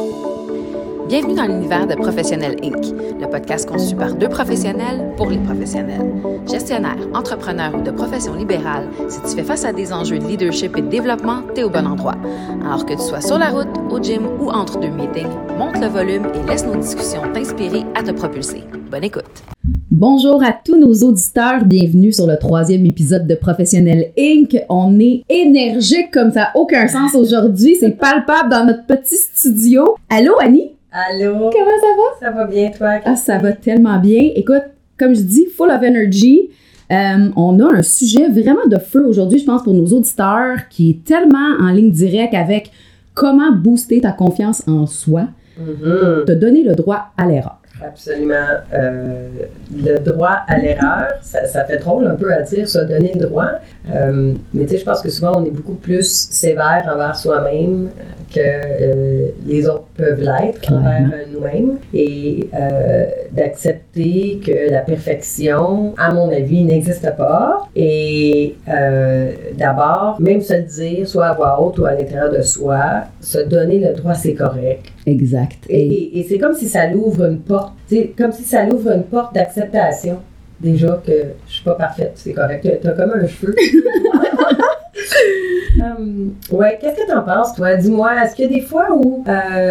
Bienvenue dans l'univers de Professionnel Inc., le podcast conçu par deux professionnels pour les professionnels. Gestionnaire, entrepreneur ou de profession libérale, si tu fais face à des enjeux de leadership et de développement, t'es au bon endroit. Alors que tu sois sur la route, au gym ou entre deux meetings, monte le volume et laisse nos discussions t'inspirer à te propulser. Bonne écoute! Bonjour à tous nos auditeurs, bienvenue sur le 3e épisode de Professionnel Inc. On est énergique comme ça n'a aucun sens aujourd'hui, c'est palpable dans notre petit studio. Allô Annie? Allô? Comment ça va? Ça va bien toi? Ah, ça va tellement bien. Écoute, comme je dis, full of energy. On a un sujet vraiment de feu aujourd'hui, je pense, pour nos auditeurs, qui est tellement en ligne directe avec comment booster ta confiance en soi, te donner le droit à l'erreur. Absolument. Le droit à l'erreur, ça fait drôle un peu à dire, se donner le droit. Mais tu sais, je pense que souvent, on est beaucoup plus sévère envers soi-même que les autres peuvent l'être envers nous-mêmes. Et d'accepter que la perfection, à mon avis, n'existe pas. Et d'abord, même se le dire, soit à voix haute ou à l'intérieur de soi, se donner le droit, c'est correct. Exact. Et c'est comme si ça l'ouvre une porte, comme si ça l'ouvre une porte d'acceptation. Déjà que je suis pas parfaite, c'est correct. T'as comme un cheveu. Ouais, qu'est-ce que t'en penses, toi? Dis-moi, est-ce qu'il y a des fois où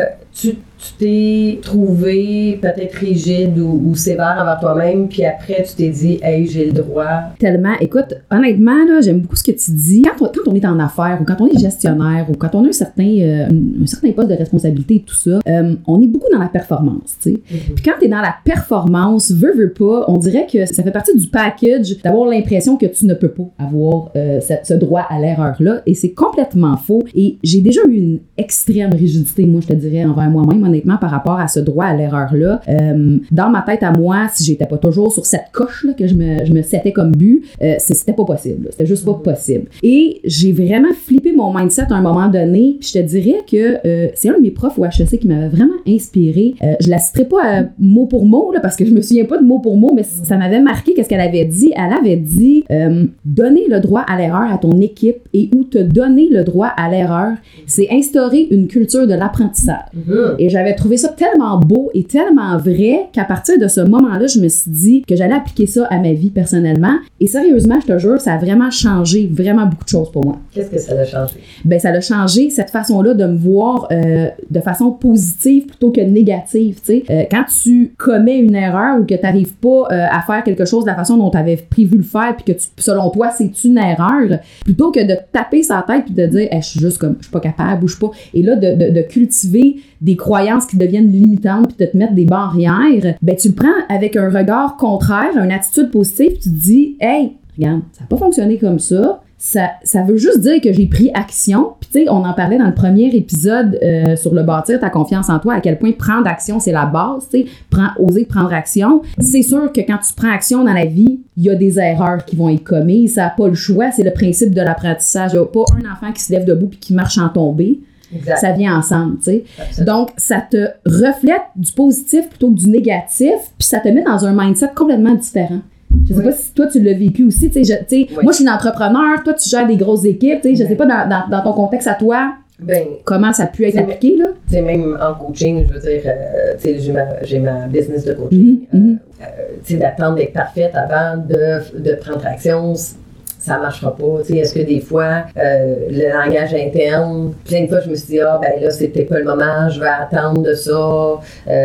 tu t'es trouvé peut-être rigide ou sévère envers toi-même, puis après tu t'es dit « Hey, j'ai le droit ». Tellement. Écoute, honnêtement, là, j'aime beaucoup ce que tu dis. Quand on est en affaires ou quand on est gestionnaire ou quand on a un certain poste de responsabilité et tout ça, on est beaucoup dans la performance, tu sais. Puis quand tu es dans la performance, veux pas, on dirait que ça fait partie du package d'avoir l'impression que tu ne peux pas avoir ce droit à l'erreur-là, et c'est complètement faux. Et j'ai déjà eu une extrême rigidité, moi, je te dirais, envers moi-même, honnêtement, par rapport à ce droit à l'erreur-là. Dans ma tête à moi, si j'étais pas toujours sur cette coche-là que je me setais comme but, c'était pas possible. C'était juste pas possible. Et j'ai vraiment flippé mon mindset à un moment donné, puis je te dirais que c'est un de mes profs au HEC qui m'avait vraiment inspiré. Je la citerai pas mot pour mot, là, parce que je me souviens pas de mot pour mot, mais ça m'avait marqué qu'est-ce qu'elle avait dit. Elle avait dit donner le droit à l'erreur à ton équipe, et où te donner le droit à l'erreur, c'est instaurer une culture de l'apprentissage. Et j'avais trouvé ça tellement beau et tellement vrai qu'à partir de ce moment-là, je me suis dit que j'allais appliquer ça à ma vie personnellement. Et sérieusement, je te jure, ça a vraiment changé vraiment beaucoup de choses pour moi. Qu'est-ce que ça a changé? Ben, ça a changé cette façon-là de me voir de façon positive plutôt que négative. Tu sais, quand tu commets une erreur ou que tu n'arrives pas à faire quelque chose de la façon dont tu avais prévu le faire, puis que selon toi, c'est une erreur, plutôt que de taper sa tête puis de dire hey, je suis juste comme, je suis pas capable, bouge pas. Et là, de cultiver des croyances qui deviennent limitantes puis de te mettre des barrières, ben tu le prends avec un regard contraire, une attitude positive, puis tu te dis hey, regarde, ça n'a pas fonctionné comme ça. Ça veut juste dire que j'ai pris action. Puis tu sais, on en parlait dans le premier épisode sur le bâtir ta confiance en toi, à quel point prendre action, c'est la base, tu sais, oser prendre action. C'est sûr que quand tu prends action dans la vie, il y a des erreurs qui vont être commises, ça n'a pas le choix, c'est le principe de l'apprentissage. Il n'y a pas un enfant qui se lève debout puis qui marche en tombée. Exact. Ça vient ensemble, tu sais. Donc, ça te reflète du positif plutôt que du négatif, puis ça te met dans un mindset complètement différent. Je sais pas si toi, tu l'as vécu aussi. Tu sais, moi, je suis une entrepreneur. Toi, tu gères des grosses équipes. Tu sais, je sais pas, dans ton contexte à toi, comment ça a pu être appliqué, là? Tu sais, même en coaching, je veux dire, tu sais, j'ai ma business de coaching. Tu sais, d'attendre d'être parfaite avant de prendre action, ça marchera pas. Tu sais, est-ce que des fois, le langage interne, plein de fois, je me suis dit, là, c'est peut-être pas le moment, je vais attendre de ça.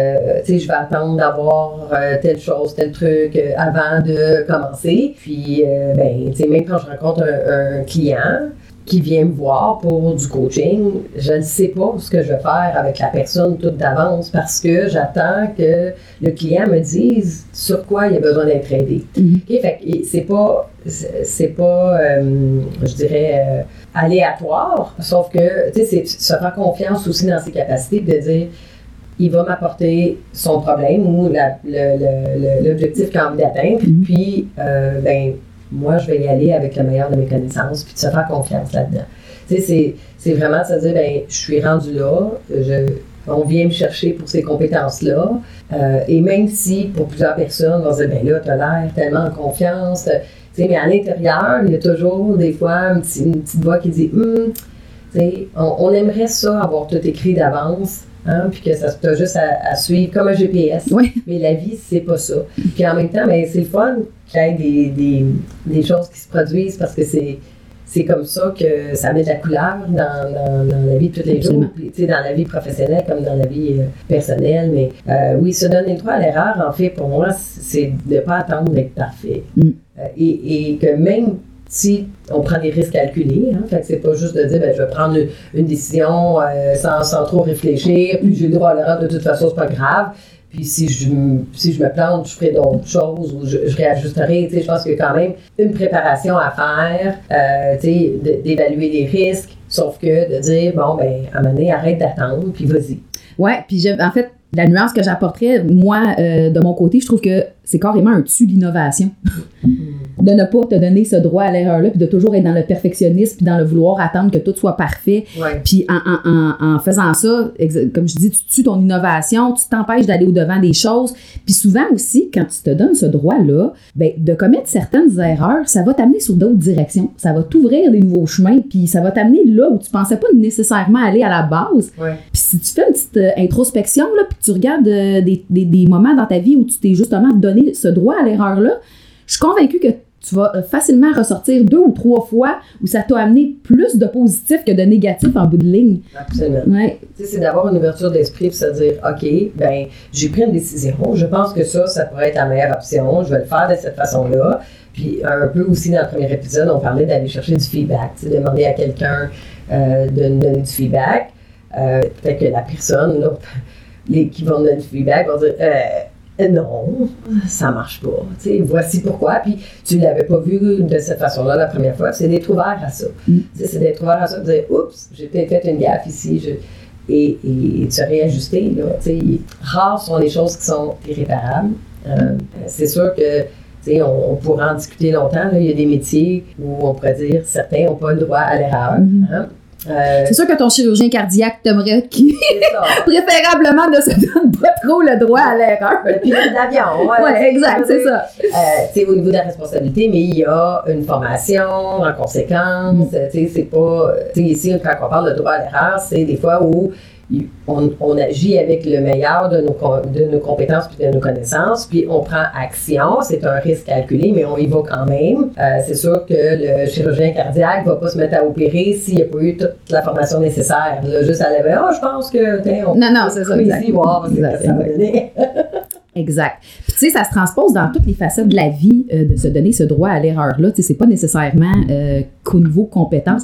Tu sais, je vais attendre d'avoir telle chose, tel truc avant de commencer. Puis, tu sais, même quand je rencontre un client qui vient me voir pour du coaching, je ne sais pas ce que je vais faire avec la personne toute d'avance parce que j'attends que le client me dise sur quoi il a besoin d'être aidé. Okay? Fait que c'est pas je dirais, aléatoire, sauf que, tu sais, c'est se faire confiance aussi dans ses capacités de dire il va m'apporter son problème ou l'objectif qu'il a envie d'atteindre, puis, moi, je vais y aller avec le meilleur de mes connaissances, puis de se faire confiance là-dedans. Tu sais, c'est vraiment de se dire, je suis rendu là, on vient me chercher pour ces compétences-là, et même si, pour plusieurs personnes, on va se dire, là, t'as l'air tellement en confiance, tu sais, mais à l'intérieur, il y a toujours, des fois, une petite voix qui dit, On aimerait ça, avoir tout écrit d'avance, hein, puis que ça t'as juste à suivre comme un GPS. Oui. Mais la vie, c'est pas ça. Puis en même temps, c'est le fun qu'il y ait des choses qui se produisent parce que c'est comme ça que ça met de la couleur dans la vie de tous les jours, puis, dans la vie professionnelle comme dans la vie personnelle. Mais oui, se donner le droit à l'erreur, en fait, pour moi, c'est de ne pas attendre d'être parfait. Et que même si on prend des risques calculés, hein, fait que c'est pas juste de dire, je vais prendre une décision sans trop réfléchir, puis j'ai le droit à l'erreur, de toute façon, c'est pas grave. Puis si je me plante, je ferai d'autres choses ou je réajusterai. Je pense qu'il y a quand même une préparation à faire, d'évaluer les risques, sauf que de dire, à un moment donné, arrête d'attendre, puis vas-y. Oui, puis en fait, la nuance que j'apporterais, moi, de mon côté, je trouve que c'est carrément un dessus l'innovation. De ne pas te donner ce droit à l'erreur-là, puis de toujours être dans le perfectionnisme, puis dans le vouloir attendre que tout soit parfait. Ouais. Puis en faisant ça, comme je dis, tu tues ton innovation, tu t'empêches d'aller au-devant des choses. Puis souvent aussi, quand tu te donnes ce droit-là, de commettre certaines erreurs, ça va t'amener sur d'autres directions. Ça va t'ouvrir des nouveaux chemins, puis ça va t'amener là où tu pensais pas nécessairement aller à la base. Ouais. Puis si tu fais une petite introspection, là, puis tu regardes des moments dans ta vie où tu t'es justement donné ce droit à l'erreur-là, je suis convaincue que tu vas facilement ressortir 2 ou 3 fois où ça t'a amené plus de positif que de négatif en bout de ligne. Absolument. Ouais. C'est d'avoir une ouverture d'esprit et se dire, OK, j'ai pris une décision, je pense que ça pourrait être la meilleure option, je vais le faire de cette façon-là. Puis un peu aussi dans le premier épisode, on parlait d'aller chercher du feedback, demander à quelqu'un de nous donner du feedback. Peut-être que la personne, là, qui vont nous donner du feedback vont dire, non, ça marche pas. Voici pourquoi. Puis tu l'avais pas vu de cette façon-là la première fois. C'est d'être ouvert à ça. C'est d'être ouvert à ça, de dire, oups, j'ai peut-être fait une gaffe ici. Et de se réajuster. Là, rares sont les choses qui sont irréparables. C'est sûr que on pourra en discuter longtemps. Là. Il y a des métiers où on pourrait dire certains n'ont pas le droit à l'erreur. Hein? C'est sûr que ton chirurgien cardiaque t'aimerait préférablement ne se donne pas trop le droit à l'erreur. Le pilote d'avion. Ouais, exact, c'est ça. Au niveau de la responsabilité, mais il y a une formation en conséquence. C'est pas... ici, quand on parle de droit à l'erreur, c'est des fois où on agit avec le meilleur de nos compétences et de nos connaissances, puis on prend action. C'est un risque calculé, mais on y va quand même. C'est sûr que le chirurgien cardiaque ne va pas se mettre à opérer s'il n'y a pas eu toute la formation nécessaire. Là, juste à lever, je pense que... Non, c'est ça. Ici, voir ce que ça va donner. Exact. Puis ça se transpose dans toutes les facettes de la vie, de se donner ce droit à l'erreur-là. C'est pas nécessairement qu'au niveau compétences.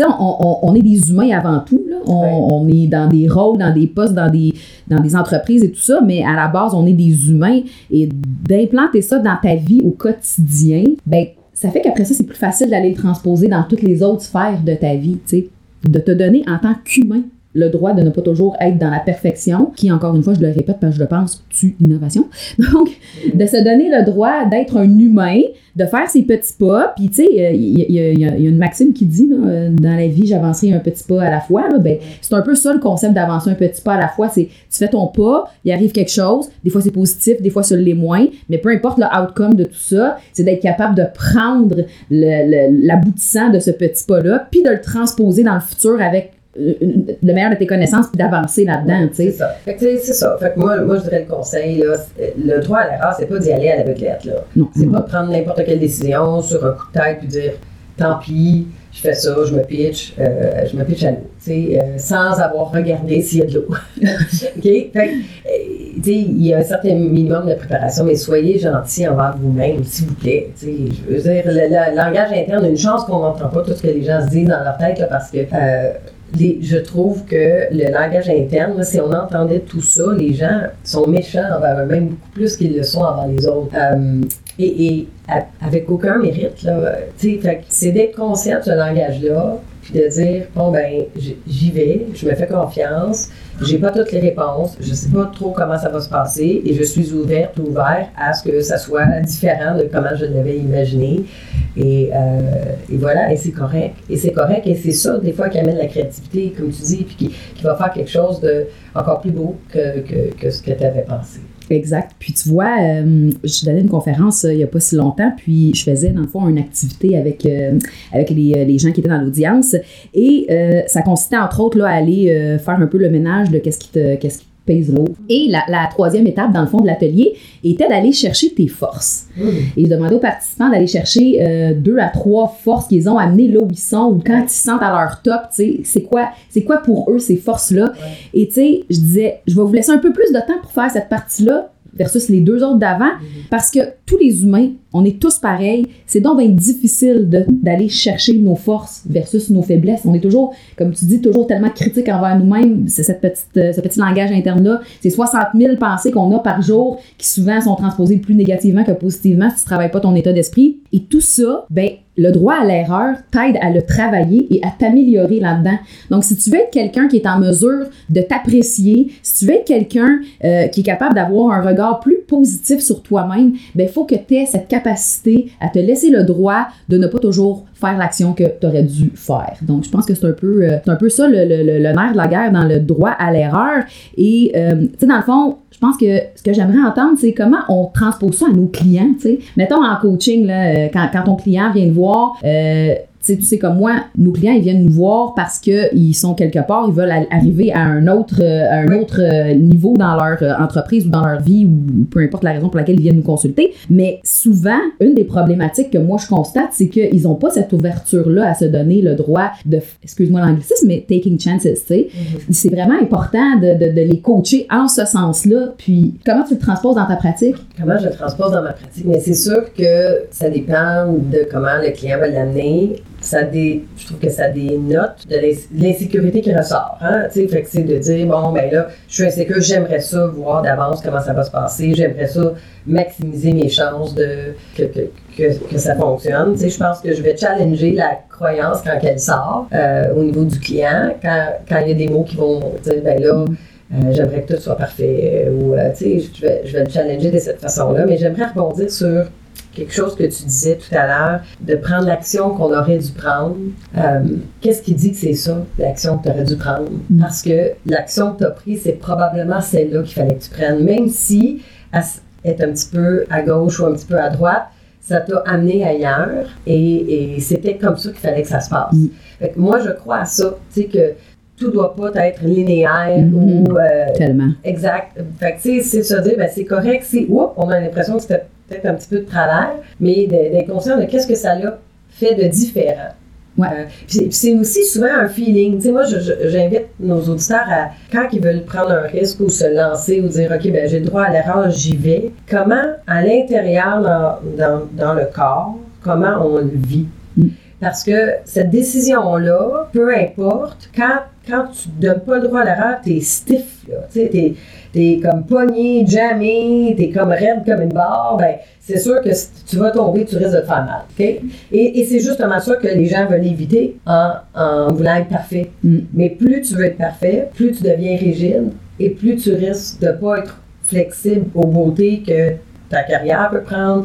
On est des humains avant tout. Là. On est dans des rôles, dans des postes, dans des entreprises et tout ça, mais à la base, on est des humains. Et d'implanter ça dans ta vie au quotidien, ça fait qu'après ça, c'est plus facile d'aller le transposer dans toutes les autres sphères de ta vie. De te donner en tant qu'humain le droit de ne pas toujours être dans la perfection, qui, encore une fois, je le répète parce que je le pense, tue l'innovation. Donc, de se donner le droit d'être un humain, de faire ses petits pas. Puis, tu sais, il y a une maxime qui dit, là, dans la vie, j'avancerai un petit pas à la fois. Là, c'est un peu ça le concept d'avancer un petit pas à la fois. C'est, tu fais ton pas, il arrive quelque chose. Des fois, c'est positif, des fois, ça l'est moins. Mais peu importe le outcome de tout ça, c'est d'être capable de prendre l'aboutissant de ce petit pas-là, puis de le transposer dans le futur avec le meilleur de tes connaissances puis d'avancer là-dedans, tu sais. C'est ça. Fait que c'est ça. Fait que moi, je dirais le conseil, là, le droit à l'erreur, c'est pas d'y aller à l'aveuglette, là. Non. C'est pas de prendre n'importe quelle décision sur un coup de tête puis dire, tant pis, je fais ça, je me pitch à l'eau, tu sais, sans avoir regardé s'il y a de l'eau. OK? Fait que, tu sais, il y a un certain minimum de préparation, mais soyez gentils envers vous-même, s'il vous plaît. Tu sais, je veux dire, le langage interne, une chance qu'on n'entend pas tout ce que les gens se disent dans leur tête, là, parce que je trouve que le langage interne, là, si on entendait tout ça, les gens sont méchants envers eux-mêmes beaucoup plus qu'ils le sont envers les autres. Et avec aucun mérite, là. Tu sais, c'est d'être conscient de ce langage-là, puis de dire, bon, j'y vais, je me fais confiance, j'ai pas toutes les réponses, je sais pas trop comment ça va se passer, et je suis ouvert à ce que ça soit différent de comment je l'avais imaginé. Et voilà, et c'est correct. Et c'est ça, des fois, qui amène la créativité, comme tu dis, puis qui va faire quelque chose de encore plus beau que ce que tu avais pensé. Exact. Puis tu vois, je donnais une conférence il n'y a pas si longtemps, puis je faisais dans le fond une activité avec les gens qui étaient dans l'audience, et ça consistait entre autres là, à aller faire un peu le ménage de qu'est-ce qui pèse lourd. Et la troisième étape, dans le fond de l'atelier, était d'aller chercher tes forces. Et je demandais aux participants d'aller chercher 2 à 3 forces qu'ils ont amenées là où ils sont, ou quand ils se sentent à leur top, tu sais, c'est quoi pour eux ces forces-là. Et tu sais, je disais, je vais vous laisser un peu plus de temps pour faire cette partie-là versus les 2 autres d'avant, parce que tous les humains, on est tous pareils. C'est donc bien difficile d'aller chercher nos forces versus nos faiblesses. On est toujours, comme tu dis, toujours tellement critique envers nous-mêmes. C'est ce petit langage interne-là. C'est 60 000 pensées qu'on a par jour qui souvent sont transposées plus négativement que positivement si tu ne travailles pas ton état d'esprit. Et tout ça, ben, le droit à l'erreur t'aide à le travailler et à t'améliorer là-dedans. Donc, si tu veux être quelqu'un qui est en mesure de t'apprécier, si tu veux être quelqu'un qui est capable d'avoir un regard plus positif sur toi-même, ben, il faut que tu aies cette capacité à te laisser le droit de ne pas toujours faire l'action que tu aurais dû faire. Donc, je pense que c'est un peu ça le nerf de la guerre dans le droit à l'erreur. Et, tu sais, dans le fond, je pense que ce que j'aimerais entendre, c'est comment on transpose ça à nos clients, tu sais. Mettons en coaching, là, quand ton client vient te voir, tu sais, comme moi, nos clients, ils viennent nous voir parce qu'ils sont quelque part, ils veulent arriver à un autre niveau dans leur entreprise ou dans leur vie, ou peu importe la raison pour laquelle ils viennent nous consulter. Mais souvent, une des problématiques que moi je constate, c'est qu'ils n'ont pas cette ouverture-là à se donner le droit de, excuse-moi l'anglicisme, mais taking chances, tu sais. C'est vraiment important de les coacher en ce sens-là. Puis, comment tu le transposes dans ta pratique? Comment je le transpose dans ma pratique? Mais c'est sûr que ça dépend de comment le client va l'amener. Je trouve que ça dénote de l'insécurité qui ressort. Hein? Fait que c'est de dire, bon, ben là, je suis insécure, j'aimerais ça voir d'avance comment ça va se passer, j'aimerais ça maximiser mes chances que ça fonctionne. Je pense que je vais challenger la croyance quand elle sort au niveau du client, quand il y a des mots qui vont dire, ben là, j'aimerais que tout soit parfait, ou je vais le challenger de cette façon-là, mais j'aimerais rebondir sur quelque chose que tu disais tout à l'heure, de prendre l'action qu'on aurait dû prendre. Qu'est-ce qui dit que c'est ça, l'action que tu aurais dû prendre? Parce que l'action que tu as prise, c'est probablement celle-là qu'il fallait que tu prennes, même si elle est un petit peu à gauche ou un petit peu à droite, ça t'a amené ailleurs, et c'était comme ça qu'il fallait que ça se passe. Fait que moi, je crois à ça, tu sais, que tout doit pas être linéaire ou... Tellement. Exact. Fait que, tu sais, c'est se dire, ben c'est correct, on a l'impression que c'était peut-être un petit peu de travers, mais d'être conscient de qu'est-ce que ça l'a fait de différent. Ouais. Puis c'est aussi souvent un feeling. Tu sais, moi, j'invite nos auditeurs à, quand ils veulent prendre un risque ou se lancer ou dire, OK, ben j'ai le droit à l'erreur, j'y vais. Comment, à l'intérieur, dans le corps, comment on le vit? Parce que cette décision-là, peu importe, quand tu ne donnes pas le droit à l'erreur, t'es stiff, là. Tu sais, t'es comme pogné, jammé, t'es comme raide comme une barre, ben c'est sûr que si tu vas tomber, tu risques de te faire mal, OK? Et c'est justement ça que les gens veulent éviter en voulant être parfait. Mais plus tu veux être parfait, plus tu deviens rigide, et plus tu risques de ne pas être flexible aux beautés que ta carrière peut prendre,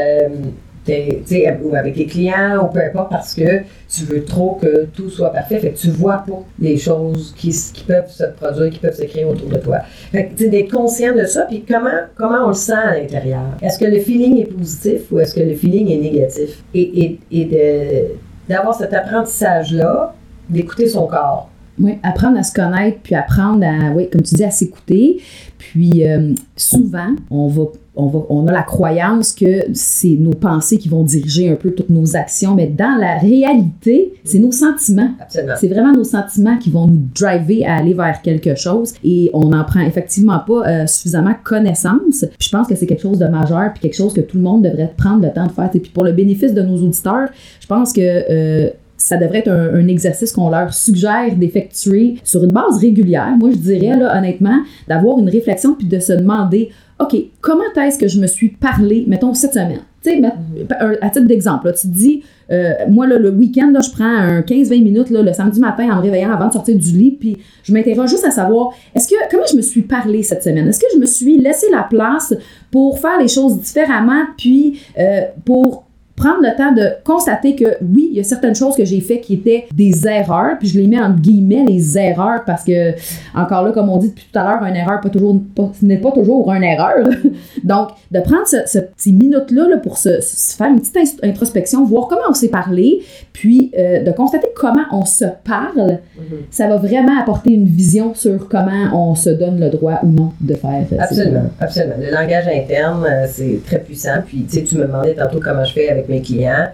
ou avec les clients, ou peu importe, parce que tu veux trop que tout soit parfait, fait que tu vois pas les choses qui peuvent se produire, qui peuvent se créer autour de toi. Fait que, d'être conscient de ça, puis comment on le sent à l'intérieur. Est-ce que le feeling est positif ou est-ce que le feeling est négatif? Et d'avoir cet apprentissage-là, d'écouter son corps. Oui, apprendre à se connaître, puis apprendre à, oui, comme tu dis, à s'écouter. Puis souvent, on a la croyance que c'est nos pensées qui vont diriger un peu toutes nos actions, mais dans la réalité, c'est nos sentiments. Absolument. C'est vraiment nos sentiments qui vont nous driver à aller vers quelque chose, et on n'en prend effectivement pas suffisamment connaissance. Puis je pense que c'est quelque chose de majeur, puis quelque chose que tout le monde devrait prendre le temps de faire. Et puis pour le bénéfice de nos auditeurs, je pense que ça devrait être un exercice qu'on leur suggère d'effectuer sur une base régulière. Moi, je dirais, là, honnêtement, d'avoir une réflexion puis de se demander, OK, comment est-ce que je me suis parlé, mettons, cette semaine? Tu sais, à titre d'exemple, là, tu te dis, moi, là, le week-end, là, je prends un 15-20 minutes là, le samedi matin en me réveillant avant de sortir du lit, puis je m'interroge juste à savoir, comment je me suis parlé cette semaine? Est-ce que je me suis laissé la place pour faire les choses différemment, puis pour prendre le temps de constater que oui, il y a certaines choses que j'ai fait qui étaient des erreurs, puis je les mets entre guillemets les erreurs parce que, encore là, comme on dit depuis tout à l'heure, une erreur ce n'est pas toujours une erreur. Donc, de prendre ce petit minute-là là, pour se faire une petite introspection, voir comment on s'est parlé, puis de constater comment on se parle, ça va vraiment apporter une vision sur comment on se donne le droit ou non de faire. Absolument. Le langage interne, c'est très puissant. Puis, tu sais, tu me demandais tantôt comment je fais avec mes clients.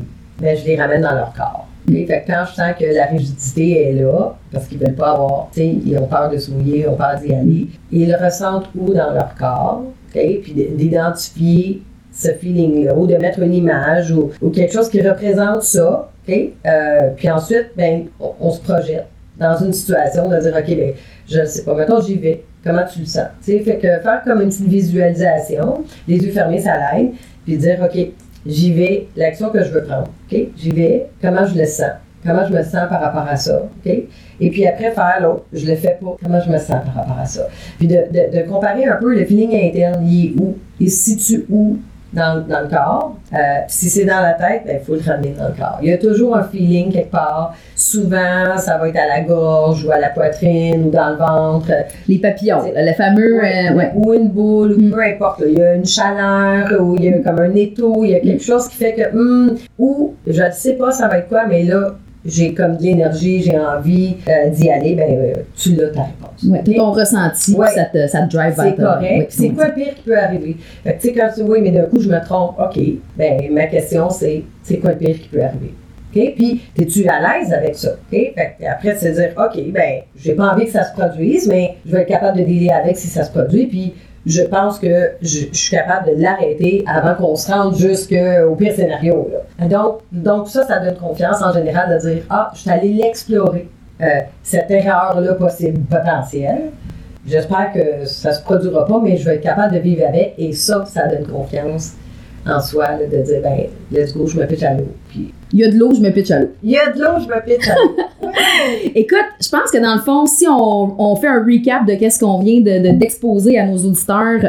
Je les ramène dans leur corps. Okay? Fait que quand je sens que la rigidité est là, parce qu'ils ne veulent pas avoir, tu sais, ils ont peur de se mouiller, ils ont peur d'y aller, ils le ressentent où dans leur corps, okay? Puis d'identifier ce feeling-là, ou de mettre une image, ou quelque chose qui représente ça, okay? Puis ensuite, on se projette dans une situation de dire, OK, je ne sais pas, maintenant j'y vais, comment tu le sens? Tu sais, fait que faire comme une petite visualisation, les yeux fermés, ça l'aide, puis dire, OK, j'y vais, l'action que je veux prendre, OK? J'y vais, comment je le sens? Comment je me sens par rapport à ça, OK? Et puis après, faire l'autre, je le fais pas, comment je me sens par rapport à ça? Puis de comparer un peu le feeling interne, il est où? Il se situe où dans le corps? Si c'est dans la tête, il faut le ramener dans le corps. Il y a toujours un feeling quelque part. Souvent, ça va être à la gorge ou à la poitrine ou dans le ventre. Les papillons, le fameux... Ou une boule, ou peu importe. Là. Il y a une chaleur, ou il y a comme un étau, il y a quelque chose qui fait que... ou je ne sais pas ça va être quoi, mais là, j'ai comme de l'énergie, j'ai envie d'y aller, tu l'as ta réponse. Oui, okay? Ton ressenti, ça te drive vers c'est correct. C'est quoi le pire qui peut arriver? Fait que tu sais, quand tu dis oui, mais d'un coup, je me trompe, OK, ma question, c'est quoi le pire qui peut arriver? OK? Puis, es-tu à l'aise avec ça? OK? Fait que après, c'est dire, OK, j'ai pas envie que ça se produise, mais je vais être capable de dealer avec si ça se produit, puis je pense que je suis capable de l'arrêter avant qu'on se rende jusqu'au pire scénario. Là. Donc ça donne confiance en général de dire, je suis allé l'explorer, cette erreur-là potentielle. J'espère que ça se produira pas, mais je vais être capable de vivre avec, et ça donne confiance en soi, là, de dire, let's go, je me pitch à l'eau. Puis, il y a de l'eau, je me pitch à l'eau. Il y a de l'eau, je me pitch à l'eau. Écoute, je pense que dans le fond, si on fait un recap de qu'est-ce qu'on vient d'exposer à nos auditeurs,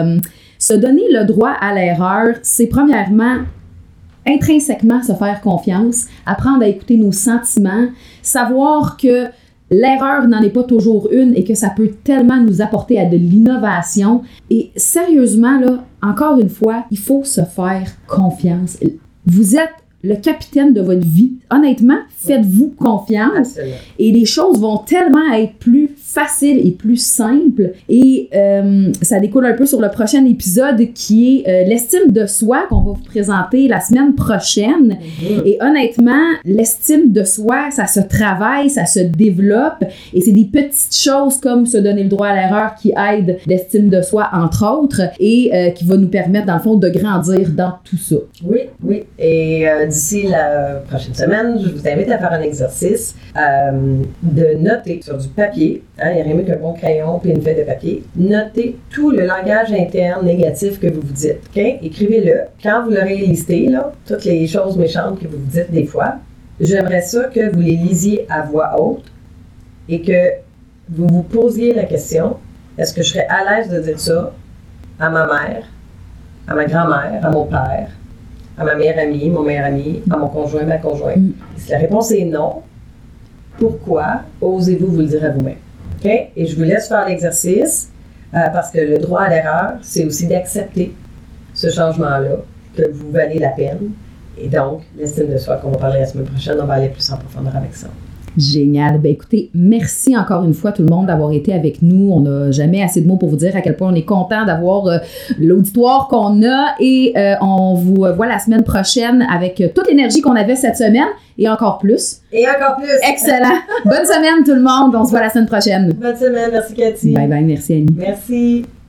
se donner le droit à l'erreur, c'est premièrement intrinsèquement se faire confiance, apprendre à écouter nos sentiments, savoir que l'erreur n'en est pas toujours une et que ça peut tellement nous apporter à de l'innovation. Et sérieusement, là, encore une fois, il faut se faire confiance. Vous êtes le capitaine de votre vie. Honnêtement, faites-vous confiance. Absolument. Et les choses vont tellement être plus faciles et plus simples. Et ça découle un peu sur le prochain épisode qui est l'estime de soi qu'on va vous présenter la semaine prochaine. Et honnêtement, l'estime de soi, ça se travaille, ça se développe. Et c'est des petites choses comme se donner le droit à l'erreur qui aident l'estime de soi, entre autres, et qui va nous permettre, dans le fond, de grandir dans tout ça. Oui. Et d'ici la prochaine semaine, je vous invite à faire un exercice de noter sur du papier, il n'y a rien mieux qu'un bon crayon et une feuille de papier, notez tout le langage interne négatif que vous vous dites. Okay? Écrivez-le. Quand vous l'aurez listé, là, toutes les choses méchantes que vous vous dites des fois, j'aimerais ça que vous les lisiez à voix haute et que vous vous posiez la question, est-ce que je serais à l'aise de dire ça à ma mère, à ma grand-mère, à mon père, à ma meilleure amie, mon meilleur ami, à mon conjoint, ma conjointe? Si la réponse est non, pourquoi osez-vous vous le dire à vous-même? Okay? Et je vous laisse faire l'exercice parce que le droit à l'erreur, c'est aussi d'accepter ce changement-là, que vous valez la peine. Et donc, l'estime de soi qu'on va parler la semaine prochaine, on va aller plus en profondeur avec ça. Génial. Ben écoutez, merci encore une fois tout le monde d'avoir été avec nous. On n'a jamais assez de mots pour vous dire à quel point on est content d'avoir l'auditoire qu'on a et on vous voit la semaine prochaine avec toute l'énergie qu'on avait cette semaine et encore plus. Et encore plus. Excellent. Bonne semaine tout le monde. On se voit la semaine prochaine. Bonne semaine. Merci Cathy. Bye bye. Merci Annie. Merci.